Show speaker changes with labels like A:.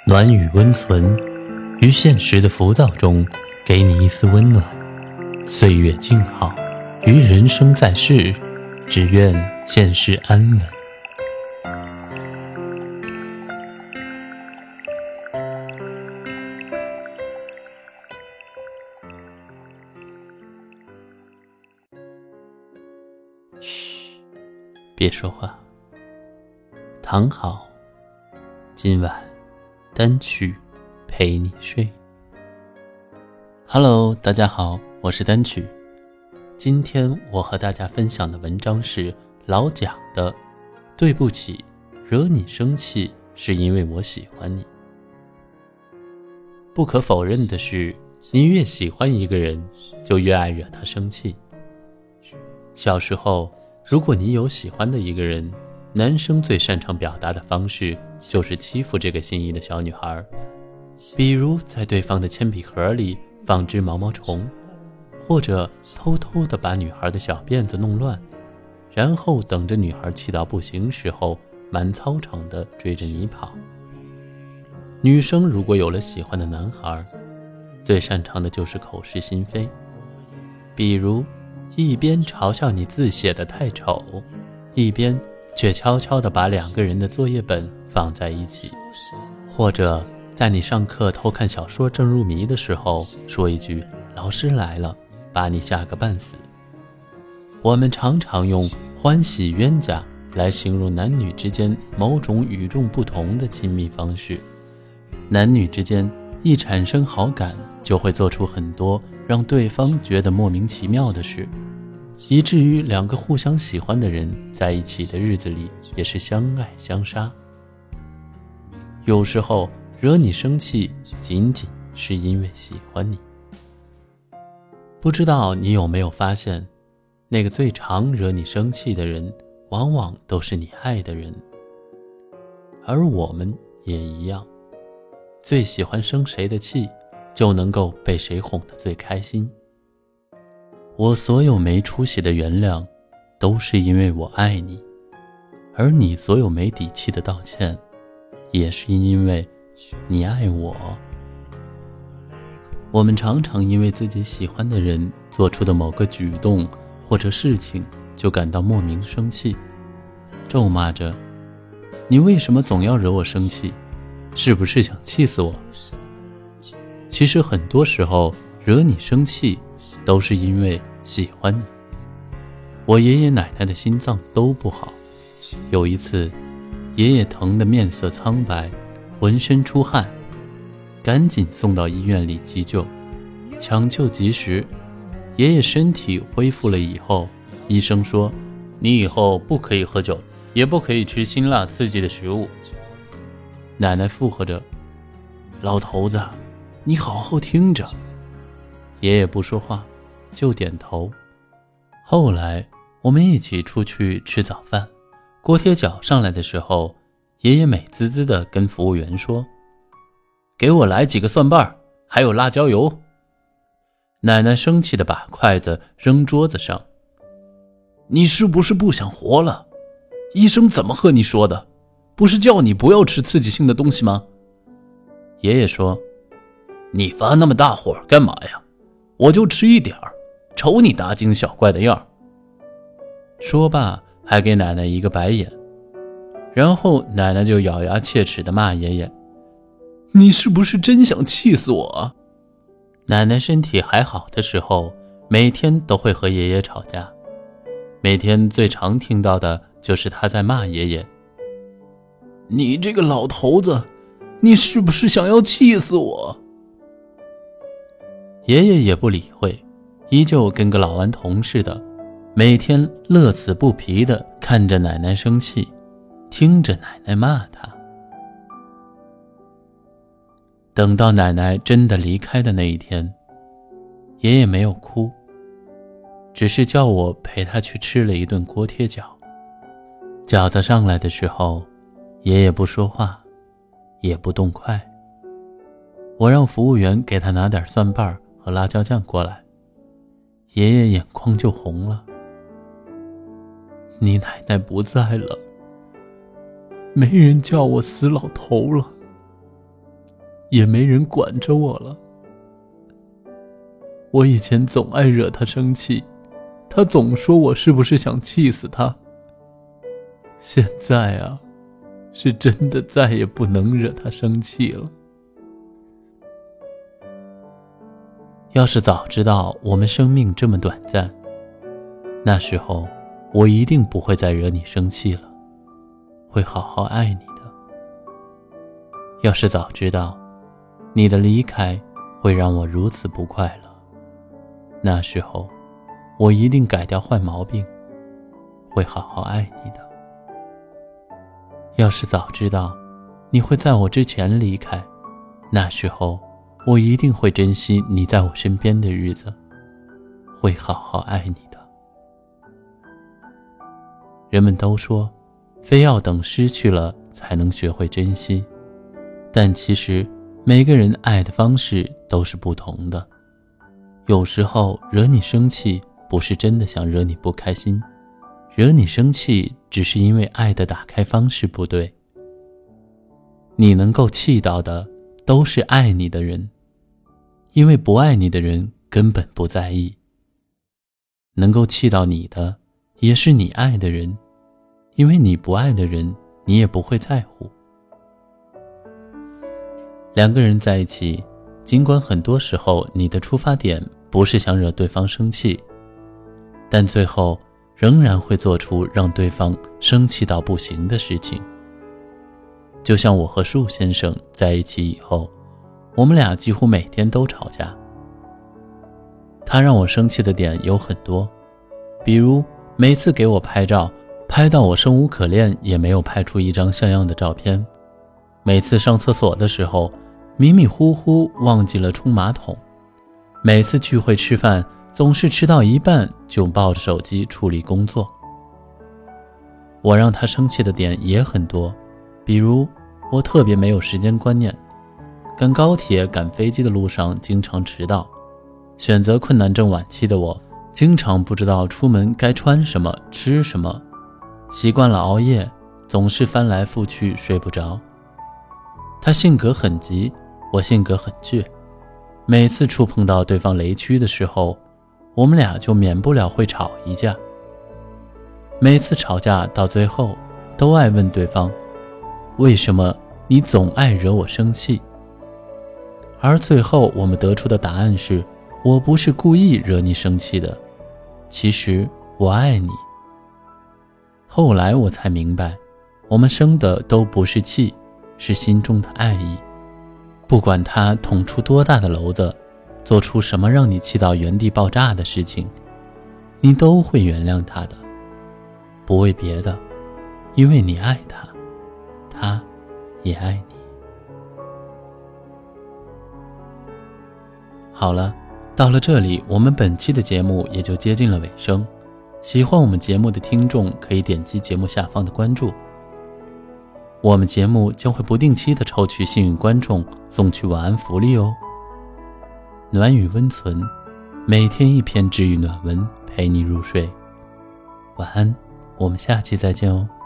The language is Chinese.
A: 暖与温存，于现实的浮躁中给你一丝温暖。岁月静好，于人生在世，只愿现实安稳。嘘，别说话，躺好，今晚单曲陪你睡。Hello， 大家好，我是单曲。今天我和大家分享的文章是老蒋的《对不起，惹你生气是因为我喜欢你》。不可否认的是，你越喜欢一个人，就越爱惹他生气。小时候，如果你有喜欢的一个人，男生最擅长表达的方式就是欺负这个心仪的小女孩，比如在对方的铅笔盒里放只毛毛虫，或者偷偷地把女孩的小辫子弄乱，然后等着女孩气到不行时候，满操场地追着你跑。女生如果有了喜欢的男孩，最擅长的就是口是心非，比如一边嘲笑你字写得太丑，一边却悄悄地把两个人的作业本放在一起，或者在你上课偷看小说正入迷的时候，说一句老师来了，把你吓个半死。我们常常用欢喜冤家来形容男女之间某种与众不同的亲密方式。男女之间一产生好感，就会做出很多让对方觉得莫名其妙的事，以至于两个互相喜欢的人在一起的日子里也是相爱相杀。有时候惹你生气，仅仅是因为喜欢你。不知道你有没有发现，那个最常惹你生气的人，往往都是你爱的人。而我们也一样，最喜欢生谁的气，就能够被谁哄得最开心。我所有没出息的原谅，都是因为我爱你，而你所有没底气的道歉，也是因为你爱我。我们常常因为自己喜欢的人做出的某个举动或者事情，就感到莫名生气，咒骂着你为什么总要惹我生气，是不是想气死我？其实很多时候惹你生气都是因为喜欢你。我爷爷奶奶的心脏都不好，有一次爷爷疼得面色苍白，浑身出汗，赶紧送到医院里急救。抢救及时，爷爷身体恢复了以后，医生说你以后不可以喝酒，也不可以吃辛辣刺激的食物。奶奶附和着，老头子，你好好听着。爷爷不说话，就点头。后来我们一起出去吃早饭，锅贴饺上来的时候，爷爷美滋滋地跟服务员说，给我来几个蒜瓣，还有辣椒油。奶奶生气地把筷子扔桌子上，你是不是不想活了？医生怎么和你说的？不是叫你不要吃刺激性的东西吗？爷爷说，你发那么大火干嘛呀？我就吃一点儿，瞅你大惊小怪的样。说罢还给奶奶一个白眼，然后奶奶就咬牙切齿地骂爷爷，你是不是真想气死我啊？奶奶身体还好的时候，每天都会和爷爷吵架，每天最常听到的就是她在骂爷爷，你这个老头子，你是不是想要气死我？爷爷也不理会，依旧跟个老顽童似的，每天乐此不疲地看着奶奶生气，听着奶奶骂他。等到奶奶真的离开的那一天，爷爷没有哭，只是叫我陪他去吃了一顿锅贴饺。饺子上来的时候，爷爷不说话，也不动筷。我让服务员给他拿点蒜瓣和辣椒酱过来，爷爷眼眶就红了。你奶奶不在了，没人叫我死老头了。 也没人管着我了。我以前总爱惹他生气，他总说我是不是想气死他。现在啊，是真的再也不能惹他生气了。要是早知道我们生命这么短暂，那时候我一定不会再惹你生气了，会好好爱你的。要是早知道你的离开会让我如此不快乐，那时候我一定改掉坏毛病，会好好爱你的。要是早知道你会在我之前离开，那时候我一定会珍惜你在我身边的日子，会好好爱你的。人们都说，非要等失去了才能学会珍惜，但其实每个人爱的方式都是不同的。有时候惹你生气，不是真的想惹你不开心，惹你生气只是因为爱的打开方式不对。你能够气到的都是爱你的人，因为不爱你的人根本不在意。能够气到你的也是你爱的人，因为你不爱的人你也不会在乎。两个人在一起，尽管很多时候你的出发点不是想惹对方生气，但最后仍然会做出让对方生气到不行的事情。就像我和树先生在一起以后，我们俩几乎每天都吵架。他让我生气的点有很多，比如每次给我拍照，拍到我生无可恋也没有拍出一张像样的照片；每次上厕所的时候迷迷糊糊忘记了冲马桶；每次聚会吃饭总是吃到一半就抱着手机处理工作。我让他生气的点也很多，比如我特别没有时间观念，赶高铁赶飞机的路上经常迟到，选择困难症晚期的我经常不知道出门该穿什么吃什么，习惯了熬夜，总是翻来覆去睡不着。他性格很急，我性格很倔，每次触碰到对方雷区的时候，我们俩就免不了会吵一架。每次吵架到最后都爱问对方，为什么你总爱惹我生气？而最后我们得出的答案是，我不是故意惹你生气的，其实我爱你。后来我才明白，我们生的都不是气，是心中的爱意。不管他捅出多大的篓子，做出什么让你气到原地爆炸的事情，你都会原谅他的。不为别的，因为你爱他，他也爱你。好了，到了这里，我们本期的节目也就接近了尾声。喜欢我们节目的听众可以点击节目下方的关注，我们节目将会不定期的抽取幸运观众送去晚安福利哦。暖语温存，每天一篇治愈暖文陪你入睡。晚安，我们下期再见哦。